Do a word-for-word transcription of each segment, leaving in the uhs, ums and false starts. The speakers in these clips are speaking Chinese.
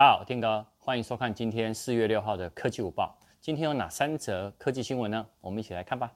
好，我天哥，欢迎收看今天四月六号的科技午报。今天有哪三则科技新闻呢？我们一起来看吧。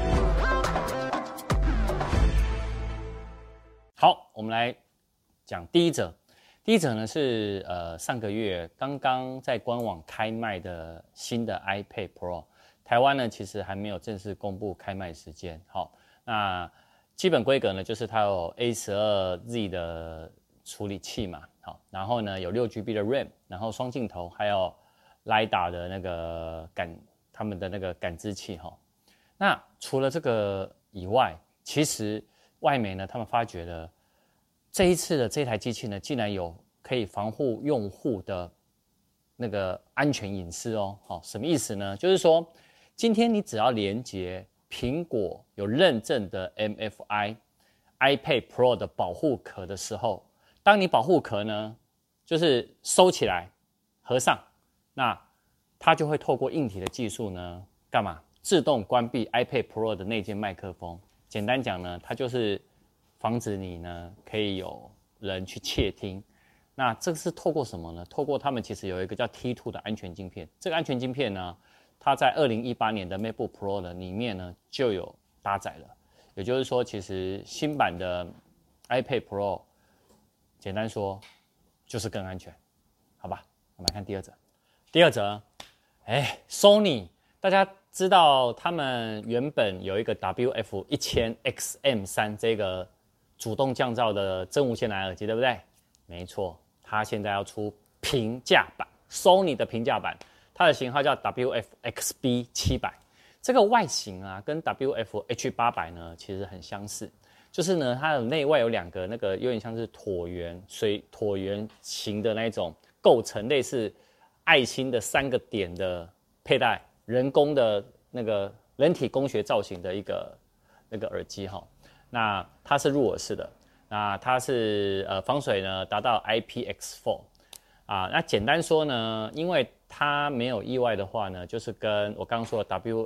好，我们来讲第一则。第一则呢是呃上个月刚刚在官网开卖的新的 iPad Pro， 台湾呢其实还没有正式公布开卖时间。好，那基本规格呢就是它有 A 十二 Z 的处理器嘛。好，然后呢有 六 G B 的 RAM， 然后双镜头，还有 LiDAR 的那个感，他们的那个感知器哈。那除了这个以外，其实外媒呢他们发觉了这一次的这台机器呢，竟然有可以防护用户的那个安全隐私哦。好，什么意思呢？就是说今天你只要连接苹果有认证的 M F I iPad Pro 的保护壳的时候，当你保护壳呢，就是收起来、合上，那它就会透过硬体的技术呢，干嘛？自动关闭 iPad Pro 的内建麦克风。简单讲呢，它就是防止你呢可以有人去窃听。那这个是透过什么呢？透过他们其实有一个叫 T 二 的安全晶片。这个安全晶片呢，它在二零一八年的 MacBook Pro 的里面呢就有搭载了。也就是说，其实新版的 iPad Pro，简单说，就是更安全，好吧？我们来看第二则。第二则，哎 ，Sony， 大家知道他们原本有一个 W F 一千 X M 三 这个主动降噪的真无线蓝牙耳机，对不对？没错，它现在要出平价版 ，Sony 的平价版，它的型号叫 W F X B 七百。这个外形啊，跟 W F H 八百呢，其实很相似。就是呢，它的内外有两个那个有点像是椭圆水椭圆形的那种构成，类似爱心的三个点的佩戴，人工的那个人体工学造型的一个那个耳机哈。那它是入耳式的，那它是呃防水呢达到 I P X 四 啊。那简单说呢，因为它没有意外的话呢，就是跟我刚刚说的 W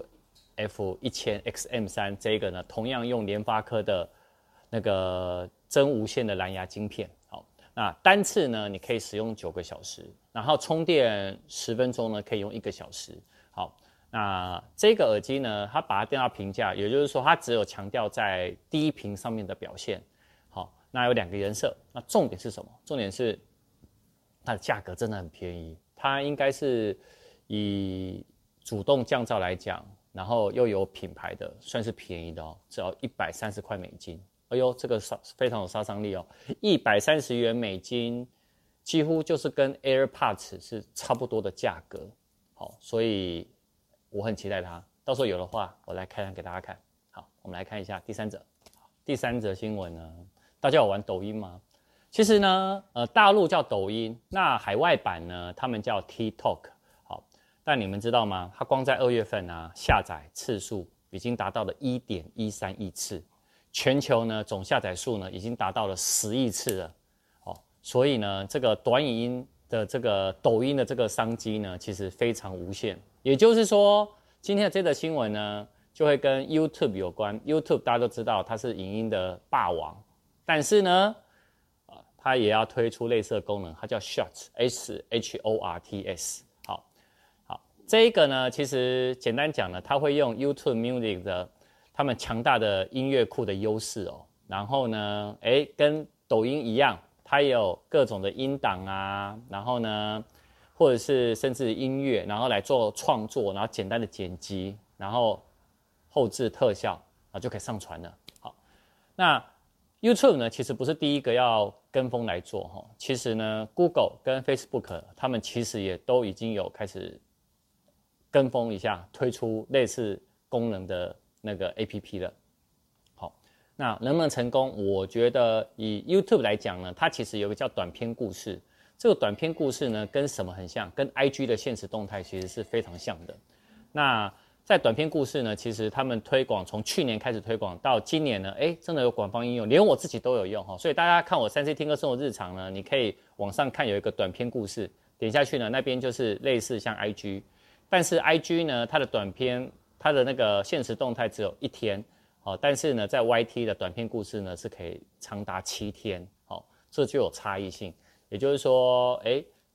F 一千 X M 三 这个呢，同样用联发科的那个真无线的蓝牙晶片，好，那单次呢，你可以使用九个小时，然后充电十分钟呢，可以用一个小时。好，那这个耳机呢，它把它定到平价，也就是说，它只有强调在低频上面的表现。好，那有两个颜色，那重点是什么？重点是它的价格真的很便宜，它应该是以主动降噪来讲，然后又有品牌的，算是便宜的哦，只要一百三十块美金。哎呦，这个非常有杀伤力哦！一百三十元美金，几乎就是跟 AirPods 是差不多的价格。好，所以我很期待它。到时候有的话，我来开箱给大家看。好，我们来看一下第三则。第三则新闻呢，大家有玩抖音吗？其实呢，呃，大陆叫抖音，那海外版呢，他们叫 TikTok。好，但你们知道吗？它光在二月份啊，下载次数已经达到了 一点一三亿次。全球呢总下载数呢已经达到了十亿次了，哦，所以呢这个短影音的这个抖音的这个商机呢其实非常无限。也就是说，今天的这则新闻呢就会跟 YouTube 有关。YouTube 大家都知道它是影音的霸王，但是呢，呃，它也要推出类似的功能，它叫 Shorts S H O R T S。好，好，这一个呢其实简单讲呢，它会用 YouTube Music 的他们强大的音乐库的优势哦，然后呢，哎，跟抖音一样，它也有各种的音档啊，然后呢，或者是甚至音乐，然后来做创作，然后简单的剪辑，然后后置特效，然后就可以上传了。好，那 YouTube 呢，其实不是第一个要跟风来做哈，其实呢 ，Google 跟 Facebook 他们其实也都已经有开始跟风一下，推出类似功能的那个 A P P 了。好，那能不能成功？我觉得以 YouTube 来讲呢，它其实有个叫短篇故事。这个短篇故事呢，跟什么很像？跟 I G 的现实动态其实是非常像的。那在短篇故事呢，其实他们推广从去年开始推广到今年呢，哎，真的有广泛应用，连我自己都有用哈。所以大家看我三 C 听歌生活日常呢，你可以网上看有一个短篇故事，点下去呢，那边就是类似像 I G， 但是 I G 呢，它的短篇它的那个现实动态只有一天，好，但是呢，在 Y T 的短篇故事呢是可以长达七天，好，这就有差异性。也就是说，哎，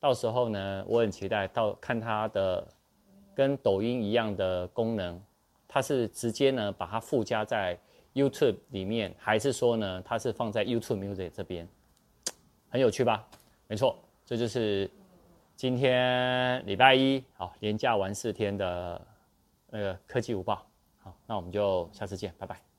到时候呢，我很期待到看它的跟抖音一样的功能，它是直接呢把它附加在 YouTube 里面，还是说呢它是放在 YouTube Music 这边，很有趣吧？没错，这就是今天礼拜一好连假完四天的那个科技午报。好，那我们就下次见，拜拜。